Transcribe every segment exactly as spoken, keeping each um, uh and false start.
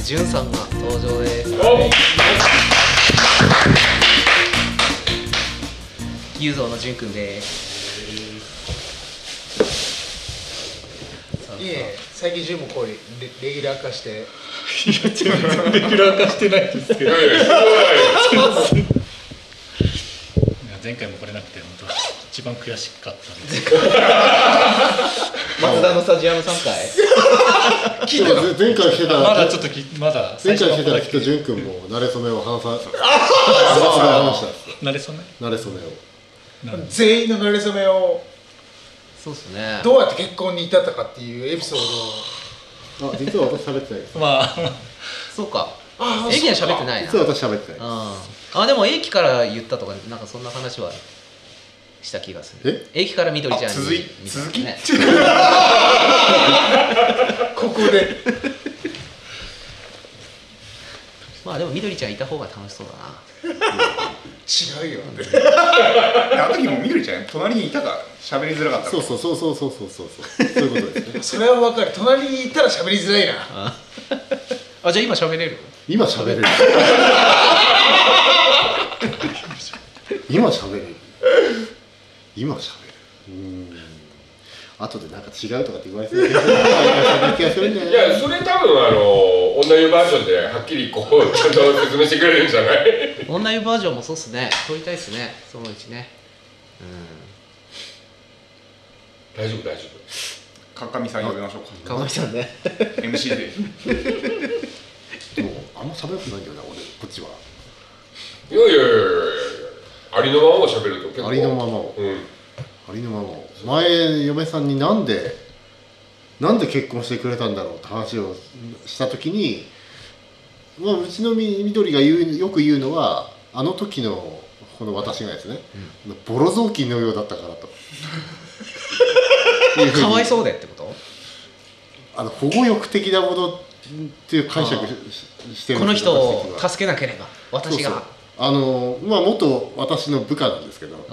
じゅんさんが登場です。ユーゾーのじゅんくんです。 いえ、最近じゅんもこうレレギュラー化して。いや、 全然レギュラー化してないですけど。前回も来れなくて、本当一番悔しかったんです。 松田のスタジアムさんかい。 聞いてた。前回来てた。 まだちょっときまだ。 前回来てたらきっとじゅんくんも慣れ初めを話さ。 慣れ初め。 慣れ初めを。 全員の慣れ初めを。 そうですね。 どうやって結婚に至ったかっていうエピソードを。あ、実は私喋ってないです。 まあ、 そうか。駅には喋ってないな。 実は私喋ってない。 あ、でも駅から言ったとか、なんかそんな話はした気がする。駅からみどりちゃんに続きね。ここで。 まあでもみどりちゃんいた方が楽しそうだな。 違うよ。 あの時もみどりちゃん隣にいたから喋りづらかった。 そうそうそうそうそうそうそうそういうことですね。 それは分かる。隣にいたら喋りづらいな。 あ、じゃあ今喋れる？ 今喋れる。今喋れる。今喋る。うん。後でなんか違うとかって言われてる気がするんだよね。 いや、それ多分あの女湯バージョンではっきりこうちゃんと説明してくれるんじゃない？ 女湯バージョンもそうっすね。撮りたいっすね。そのうちね。 うん。大丈夫大丈夫。 川上さん呼びましょうか。 川上さんね。 エムシー で。 でもあんま喋ってないんだよな俺こっちは。 いやいやいやいやいや。ありのままを喋ると結構。 ありのままを。うん。ありのままを。前嫁さんになんでなんで結婚してくれたんだろうって話をしたときに、まあうちのみみどりが言うよく言うのはあの時のこの私がですね、うん、ボロ雑巾のようだったからと。 かわいそうでってこと？ あの保護欲的なものっていう解釈してるんです。 この人を助けなければ私が。そうそう、 あのまあ元私の部下なんですけど、うん、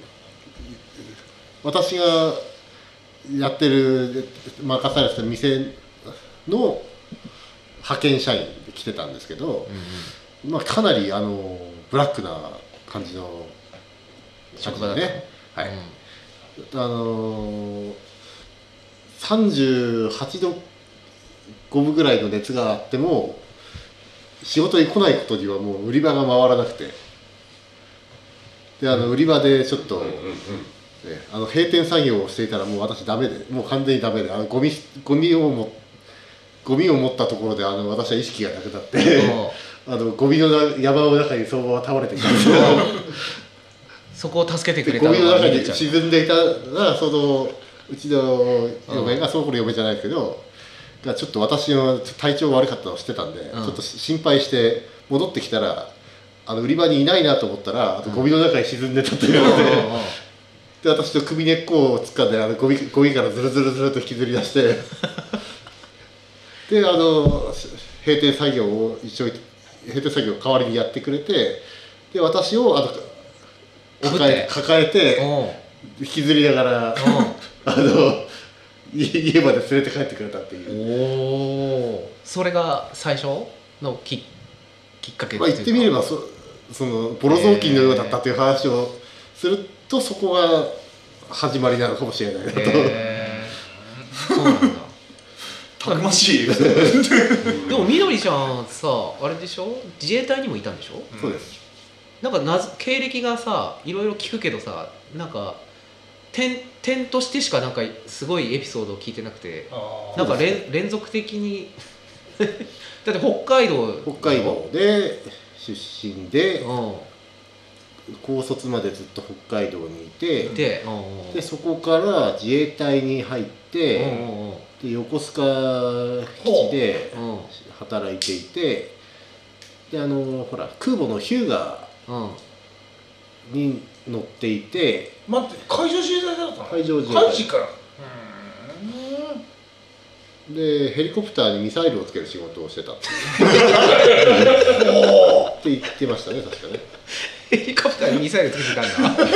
私がやってる任されてた店の派遣社員で来てたんですけど、うんうん、まあかなりあのブラックな感じの職場だったね。 はい。うん、あのさんじゅうはちどごぶぐらいの熱があっても仕事に来ないことにはもう売り場が回らなくて、であの売り場でちょっと、うんうんうん、ね、あの閉店作業をしていたらもう私ダメで、もう完全にダメで、あのゴミゴミをもゴミを持ったところであの私は意識がなくなってあのゴミの山の中にそのまま倒れてきたんですよ。 そこを助けてくれたゴミの中に沈んでいたらそのうちの嫁が、その頃嫁じゃないですけどがちょっと私の体調悪かったのを知ってたんで、うん、ちょっと心配して戻ってきたらあの売り場にいないなと思ったらあとゴミの中に沈んでたというので、で私と首根っこをつかんであのゴミゴミからズルズルズルと引きずり出してであの閉店作業を一緒に閉店作業を代わりにやってくれて、で私をあの抱え抱えて引きずりながらあの家まで連れて帰ってくれたっていう。 お、それが最初のき, きっかけまあ言ってみれば そ, そのボロ雑巾のようだったという話をするとそこが始まりなのかもしれないなと。 そうなんだ。 たくましい。 でもみどりちゃんさあれでしょ、自衛隊にもいたんでしょ？ そうです。 なんかな経歴がさいろいろ聞くけどさ、なんか点点としてしかなんかすごいエピソードを聞いてなくて、なんか連連続的にだって北海道北海道で出身で、うん、高卒までずっと北海道にいて、で、でそこから自衛隊に入って、うんうん、で横須賀基地で働いていて、であのほら空母のヒューガーに乗っていて、 待って海上自衛隊だったの？ 海上自衛隊海事から。 でヘリコプターにミサイルをつける仕事をしてたって言ってましたね、確かね。 ヘリコプターにミサイルつけてたんだ。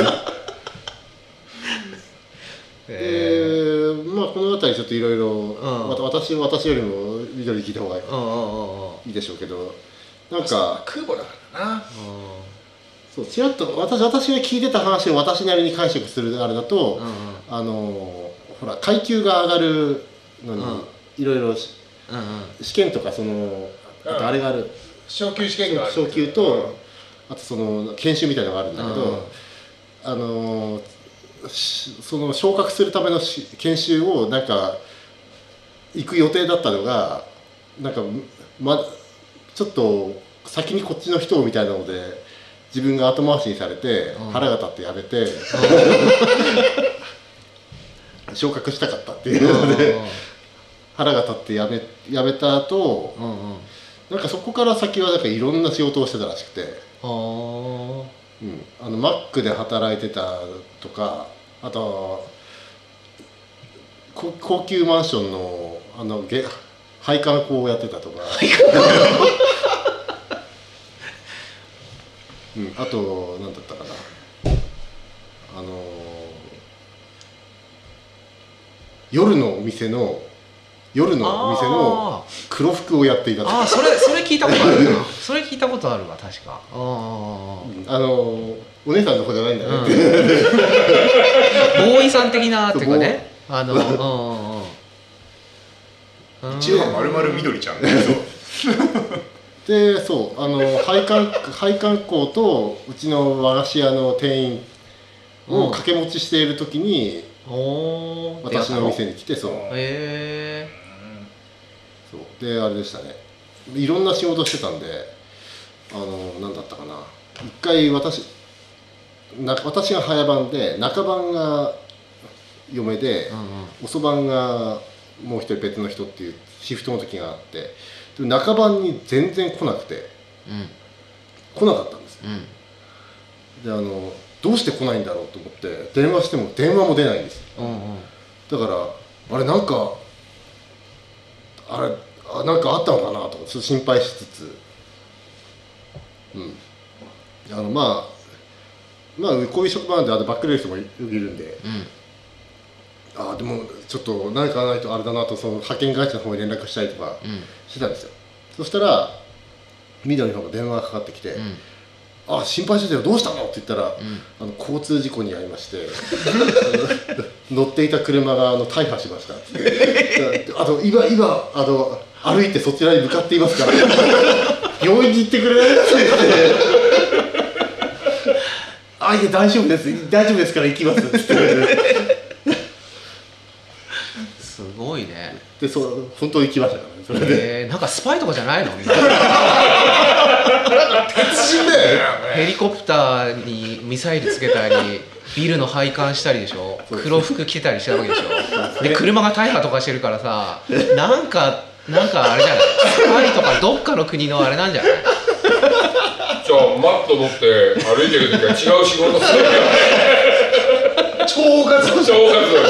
でまあこの辺りちょっといろいろ私私よりも緑聞いた方がいい。 いいでしょうけど、なんか空母だからな。 そうちらっと私私が聞いてた話を私なりに解釈するあれだと、 うんうんあのほら階級が上がるのに、 うんいろいろうんうん試験とかそのあとあれがある、 昇級試験がある。 昇級と、あとその研修みたいなのがあるんだけど、 うんあのしその昇格するためのし研修をなんか行く予定だったのがなんか、ま、ちょっと先にこっちの人をみたいなので自分が後回しにされて、 うん腹が立ってやめて、昇格したかったっていうので腹が立ってやめやめた後、 うんうんなんかそこから先はなんかいろんな仕事をしてたらしくて、 あーうん、あのマックで働いてたとか、あとこ高級マンションのあのげ配管工をやってたとか、うん、あと何だったかな、あの夜のお店の夜のお店の黒服をやっていたとか。 あーそれそれ聞いたことあるなそれ聞いたことあるわ確か。あーあのお姉さんの方じゃないんだよね、 ボーイさん的なっていうかね、あのうんうんうん一応は丸々緑ちゃんだけどでそうあの配管配管工とうちの和菓子屋の店員を掛け持ちしている時に、 おー私の店に来て、そうへえそうであれでしたね、いろんな仕事してたんで、あの何だったかな、一回私な私が早番で中番が嫁で、 うんうん遅番がもう一人別の人っていうシフトの時があって、で中番に全然来なくてうん来なかったんです。 うんであのどうして来ないんだろうと思って電話しても電話も出ないんです。 うんうんだからあれなんかあれあなんかあったのかなとちょっと心配しつつ、うんあのまあまあこういう職場なんであとバックレる人もいるんで、ああでもちょっと何かないとあれだなとその派遣会社の方に連絡したりとかうんしてたんですよ。そしたら緑の方が電話がかかってきて、 うんあ心配してたよどうしたのって言ったら、 うんあの交通事故に遭いまして乗っていた車があの大破しましたってあと今今あの歩いてそちらに向かっていますから病院に行ってくれって言ってあいえ大丈夫です大丈夫ですから行きますって言ってすごいね。 でそう本当に行きましたからねそれで、 えー、なんかスパイとかじゃないの？ 鉄人だよね。 ヘリコプターにミサイルつけたりビルの配管したりでしょ、黒服着てたりしたわけでしょ。で車が大破とかしてるからさ、なんかなんかあれじゃない、スパイとかどっかの国のあれなんじゃない？ じゃあマット持って歩いてる時は違う仕事する超活動。 超活動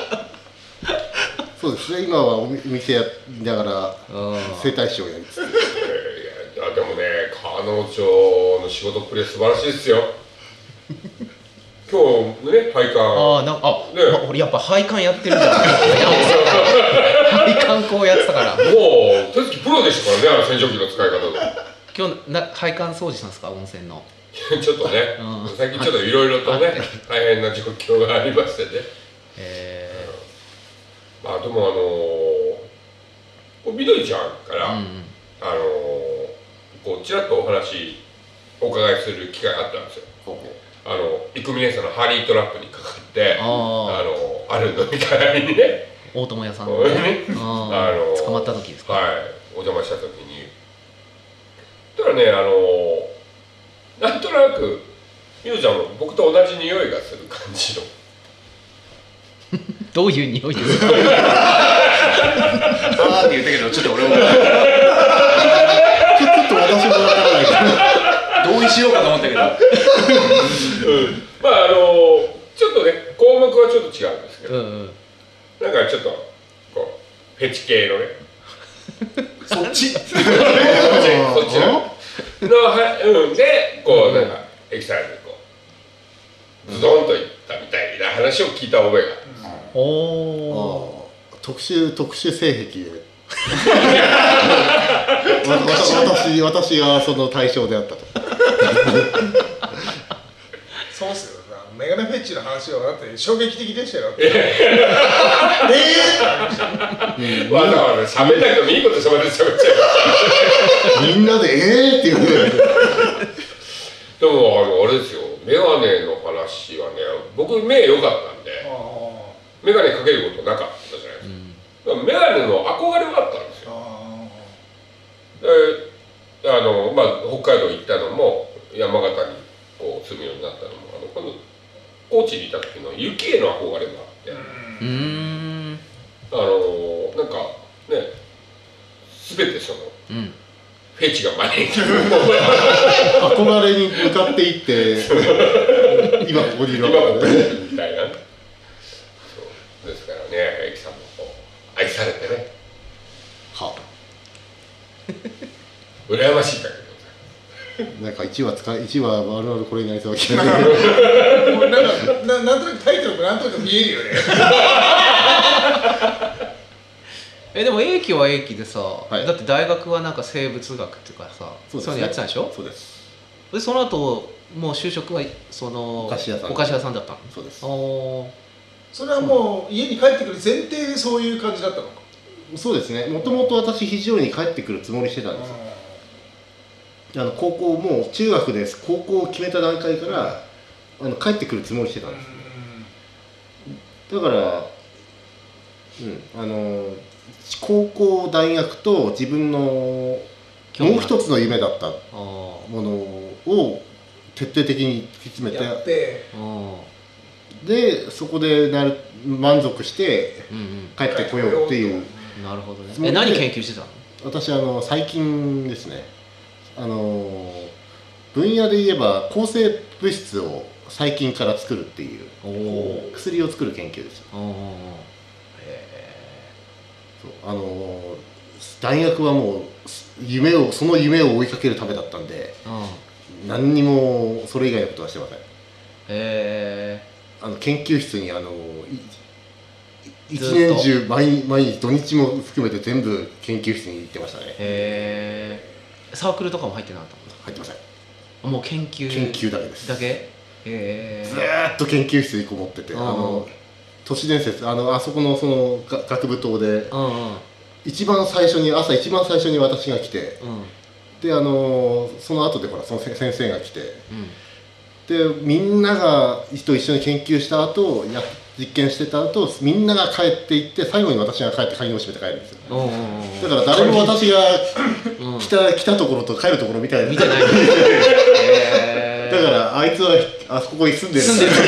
そうですね今はお店やりながら整体師をやりつつ、 いやでもね彼女の仕事っぷりは素晴らしいですよ今日ね配管ああなんかあ、 ねま俺やっぱ配管やってるじゃん配管工やってたから。 もう手つきプロでしたからね、あの洗浄機の使い方で今日な配管掃除したんですか、温泉の。 ちょっとね、 うん最近ちょっといろいろとね大変な状況がありましてね。 えまあでもあのー、みどりちゃんから、 ー、うんうんあのー、こうちらっとお話お伺いする機会があったんですよ。あのイクミネさんのハリートラップにかかってああのある飲み会にね大友屋さんのねああのー捕まった時ですか。 はいお邪魔した時にただねあのなんとなくみどちゃんも僕と同じ匂いがする感じのどういう匂いですか。 あーって言ったけどちょっと俺もちょっと私もわからないから同意しようかと思ったけどうん、まああのちょっとね項目はちょっと違うんですけど、 うんうん。 なんかちょっとこうフェチ系のねそっちそっちそっちののは、うん、でこうなんかエキサイトにこうズドンといったみたいな話を聞いた覚えがあるんです。 おお。 特殊特殊性癖わ私私がその対象であったと。 そうっすよ。メガネフェッチの話はだって衝撃的でしたよ。ええーわざわざ喋んなくてもいいこと喋って喋っちゃうみんなでえーって言うでもあのあれですよ、メガネの話はね、僕目良かったんでメガネかけることなかったじゃないですか、うん、メガネの憧れはあったんですよ。であの、まあ、北海道行ったのも山形にこう住むようになったのもあの今度高知にいた時の雪への憧れがあって、うーんあのなんかね全てその、うん、フェチが招いてる憧れに向かっていって今ここにいるわけですねみたいな。そうですからね、エキさんもこう愛されてねは羨ましいだけどなんかいちわ使いいちわまるまるこれになりそうな気がするもうなんか な, なんとなくタイトルもなんとなく見えるよねえでも英気は英気でさ、 はい、 だって大学はなんか生物学っていうかさ、そういうのやってたんでしょ。 そうです。 でその後もう就職はそのお菓子屋さんお菓子屋さんだったの。 そうです。 おそれはもう家に帰ってくる前提でそういう感じだったのか。 そうですね。もともと私肘折に帰ってくるつもりしてたんですよ。あの高校もう中学です。高校を決めた段階からあの帰ってくるつもりしてたんです。だから、うん、あの高校大学と自分のもう一つの夢だったものを徹底的に突き詰めて、 やってでそこでなる満足して帰ってこようっていう。 なるほどね。え、何研究してたの？ 私あの最近ですね。あの分野で言えば抗生物質を細菌から作るっていう薬を作る研究です。そうあの大学はもう夢をその夢を追いかけるためだったんで、何にもそれ以外のことはしてません。 へあの研究室にあの一年中毎毎日土日も含めて全部研究室に行ってましたね。 へえ。サークルとかも入ってなかったの？ 入ってません。 もう研究研究だけです。 だけ？へずーっと研究室にこもってて、あの都市伝説あのあそこのその学部棟で一番最初に朝一番最初に私が来て、うん、であのその後でほらその先生が来て、うん、でみんながと一緒に研究した後や実験してた後みんなが帰っていって最後に私が帰って鍵を閉めて帰るんですよ。だから誰も私が来た、来たところと帰るところみたいな見てないだからあいつはあそこに住んでる住んでる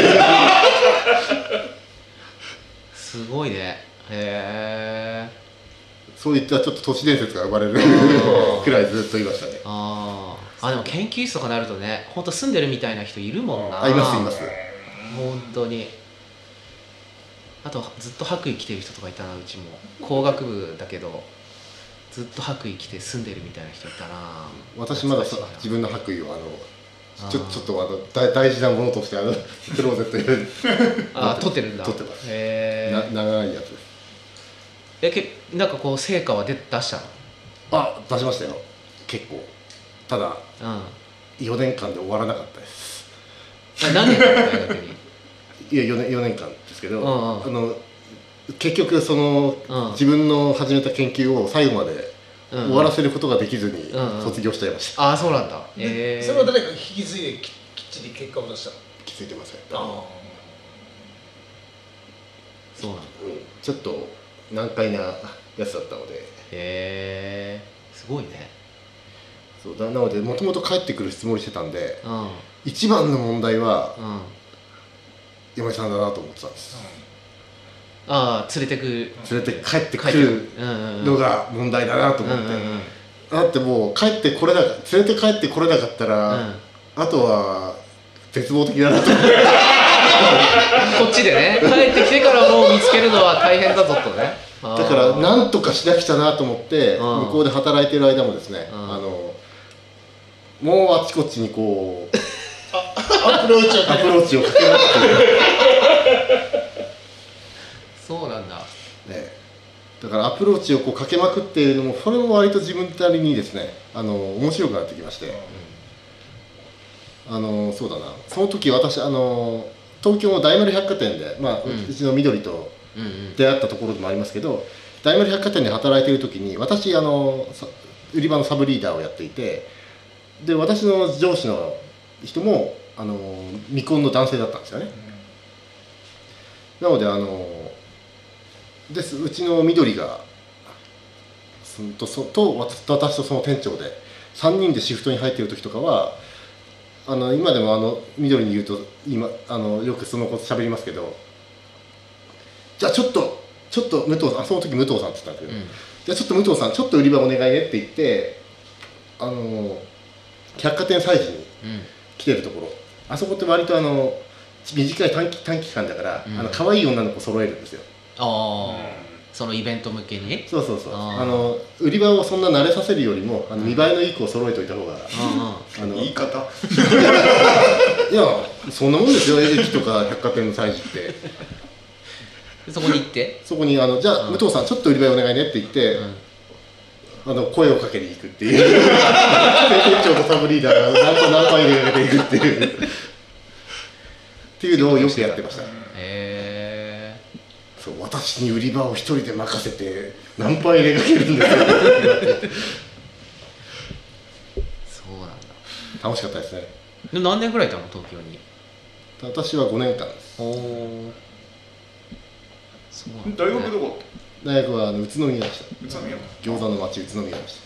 すごいね。へえ。 そういったちょっと都市伝説が生まれるくらいずっといましたね。 ああでも研究室とかなるとね本当住んでるみたいな人いるもんな。 あいますいます本当に。あとずっと白衣着てる人とかいたな。うちも工学部だけどずっと白衣着て住んでるみたいな人いたな。 私まださ自分の白衣をあのちょちょっとあの大大事なものとしてあのクローゼットにあ取ってるんだ。 取ってます。 へえ。 長いやつです。 えけなんかこう成果は出出したの？ あ出しましたよ結構。ただ、うん、よねんかんで終わらなかったです。 何年か大学に？ いやよねんよねんかんですけど、うんうん、あの結局その、うん、自分の始めた研究を最後まで終わらせることができずに卒業しちゃいました。 うんうん、ああそうなんだ。えー、 それは誰か引き継いで き, きっちり結果を出したの？ 気づいてません。 あそうなんだ、 うん。ちょっと難解なやつだったので。 へえー、すごいね。 そうだなのでもともと帰ってくるつもりしてたんで、うん、一番の問題は、うん山井さんだなと思ってたんです。 うん、ああ連れてく連れて帰ってくるのが問題だなと思って、だってもう帰ってこれな連れて帰ってこれなかったら、うん、あとは絶望的だなと思ってこっちでね帰ってきてからもう見つけるのは大変だぞとね。 だからなんとかしなくちゃなと思って向こうで働いてる間もですね、あのもうあちこちにこうアプローチをかけまくってそうなんだ、 ね、 だからアプローチをこうかけまくっているのもそれも割と自分なりにですねあの面白くなってきまして、あのそうだなその時私あの東京の大丸百貨店で、まあうん、うちの緑と出会ったところでもありますけど、大丸百貨店で働いている時に私あの売り場のサブリーダーをやっていて、で私の上司の人もあの未婚の男性だったんですよね、うん、なのであのですうちの緑がとそと私とその店長でさんにんでシフトに入っている時とかはあの今でもあの緑に言うと今あのよくそのこと喋りますけど、じゃあちょっとちょっと武藤さん、その時武藤さんって言ったんですけど、うん、じゃあちょっと武藤さんちょっと売り場お願いねって言ってあの百貨店催事に来てるところ、うん、あそこって割とあの短い短期短期間だから、うん、あの可愛い女の子揃えるんですよ。 ああ、そのイベント向けに。 そうそうそう。あの売り場をそんな慣れさせるよりもあの見栄えのいい子を揃えといた方が、 あの言い方いやそんなもんですよ駅とか百貨店の催事って。 そこに行ってそこにあのじゃあ、うん、武藤さんちょっと売り場お願いねって言って、うん、あの声をかけに行くっていう店長とサブリーダーが何と何倍でかけていくっていうっていうのをよくやってました。へえ。 そう私に売り場を一人で任せて何杯入れかけるんですよそうなんだ。 楽しかったですね。 で何年ぐらいいたの東京に。 私はごねんかんです。 おお。 大学どこ？ 大学はあの宇都宮でした。 宇都宮。 餃子の町宇都宮でした。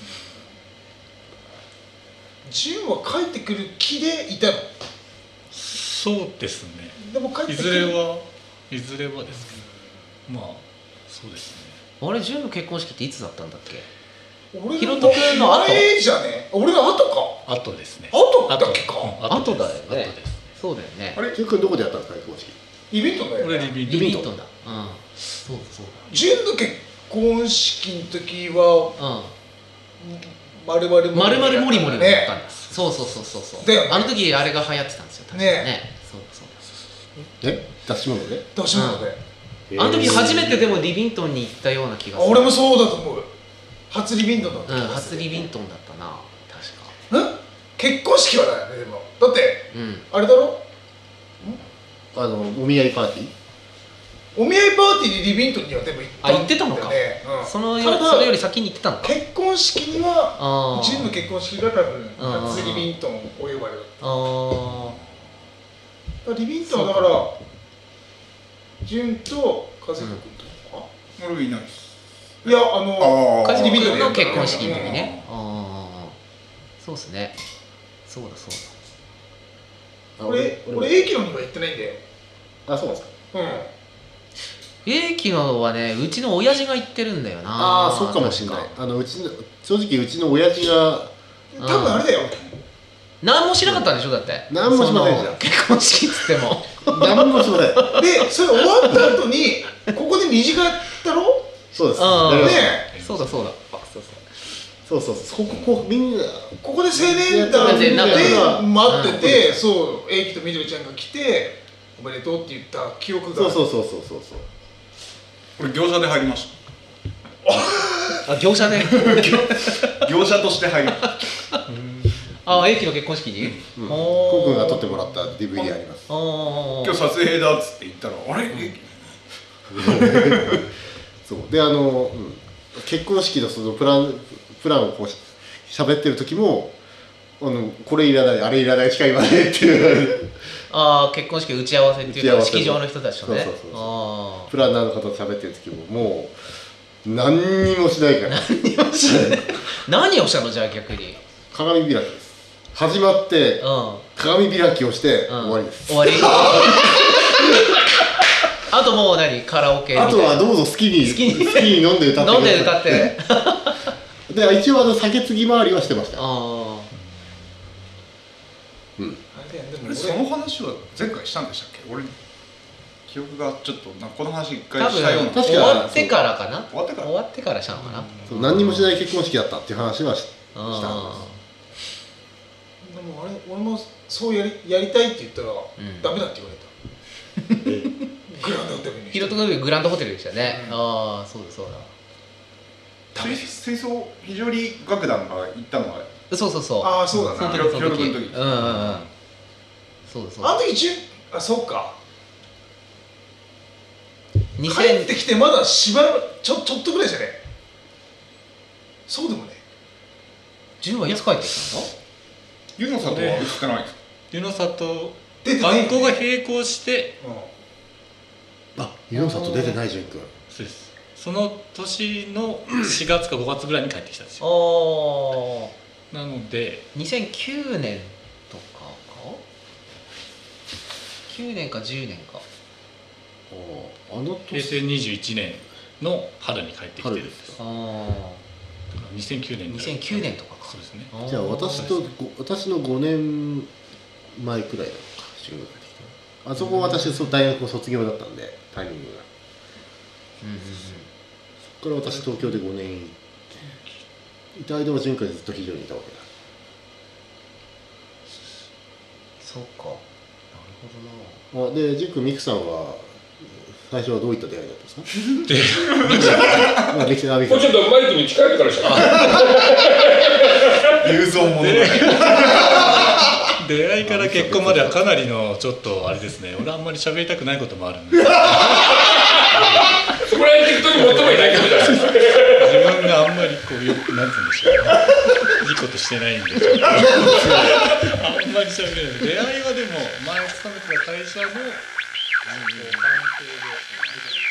純は帰ってくる気でいたの？ そうですね。 でも帰っていずれはいずれはですけど、まあそうですね。 あれ純の結婚式っていつだったんだっけ？ 俺ひろとくんの後前じゃね？俺の後か。 後ですね。 後だっけか。 後だよね。そうだよね。 あれ、純くんどこでやったんですか結婚式？ リビントンだよね。 俺リビントン。 リビントンだ。うん。そうだそうだ。 純の結婚式の時は、うん。まるまるまるまるもりもりだったんです。そうそうそうそうそう。あの時あれが流行ってたんですよ。確かにね。そうそう。 え、出し物で？ 出し物で。 あの時初めてでもリビントンに行ったような気がする。 俺もそうだと思う。初リビントンだった。 うん、初リビントンだったな。 確か。ん？結婚式はだよねでも。だってあれだろ？ あのお見合いパーティー？ お見合いパーティーでリビントンにはでも行ったんだよね。 あ、行ってたのか。そのそれより先に行ってたのか。 結婚式には純の結婚式が多分初リビントンお呼ばれだった。ああ。リビントンはだから純と和彦君とか。 俺いないです。 いやあの和彦君の結婚式の時ね。ああ。そうですね。そうだそうだ。 俺俺英樹のには行ってないんだよ。 あ、そうなんですか。 うん。 英樹のはね、うちの親父が行ってるんだよな。 ああ、そうかもしれない。あのうちの正直うちの親父が多分あれだよ。 何もしなかったんでしょだって。 何もしませんじゃん。 結婚式っつっても。 何もしません。 で、それ終わった後にここで二次会やったろ？ そうです。 ね。 そうだそうだ。 そうそうそう。ここみんなここで青年団で待ってて、そう英樹とみどりちゃんが来ておめでとうって言った記憶が。 そうそうそうそうそうそう。 俺業者で入りました。 あ、業者ね。 業者として入りました。 あ、英樹の結婚式に？ うん。コウ君が撮ってもらった ディーブイディー あります。 今日撮影だっつって言ったら、あれ？ そうであの、うん、結婚式のそのプランプランをこう喋ってる時もあのこれいらないあれいらないしか言わないっていうああ結婚式打ち合わせっていうか式場の人たちとね。 そうそうそうそうあプランナーの方と喋ってる時ももう何にもしないから何もしない何をしたのじゃあ逆に鏡開きです始まって、うん、鏡開きをして、うん、終わりです終わりあともう何カラオケみたいなあとはどうぞ好きに好きに好きに飲んで歌って飲んで歌ってで一応あの酒継ぎ回りはしてました。ああ、うん。その話は前回したんでしたっけ？俺記憶がちょっとなんかこの話一回したような。 多分終わってからかな。 終わってから終わってからしたのかな。 そう何にもしない結婚式だったっていう話はししたんです。でもあれ俺もそうやりやりたいって言ったら、うん、ダメだって言われた。グランドホテルに。 ヒロト君グランドホテルでしたね。うん、ああそうだそうだ。 吹吹奏非常に楽団が行ったのはそうそうそうああそうだな。 その時その時の時うんうんうんそうそうあの時じゅんあそうか。 に帰せんってきてまだしばらくちょちょっとぐらいじゃね。そうでもね。 じゅんはいつ帰ってきたの？ 湯の里は映ってないんですか？ 湯の里出てない観光が並行してうんあ湯の里出てない潤君そうです。その年のしがつかごがつぐらいに帰ってきたんですよ。 あなのであにせんきゅうねんとかかきゅうねんかじゅうねんかあの平成にじゅういちねんの春に帰ってきてるんです。 あにせんきゅうねんあにせんきゅうねんとかかそうですね。 じゃあ私とご私のごねんまえくらいなのか潤君が帰ってきたあそこ私そ大学の卒業だったんでタイミングがうんうんうんそこから私東京でごねんいた間は潤君ずっと非常にいたわけだそうかなるほどなあで、ジュン君、ミクさんは最初はどういった出会いだったんですか？まあ、ミクさん、ミクさん。 もうちょっとマイクに近いからしたら雄三物語出会いから結婚まではかなりのちょっとあれですね。俺あんまり喋りたくないこともあるんで。 そこら辺適当に持ってもいないけどじゃないですか。 自分があんまりこうよくなんて言うんでしょう、ね、いいことしてないんでちょっとあんまり喋れない。出会いはでも前勤めてた会社の関係で。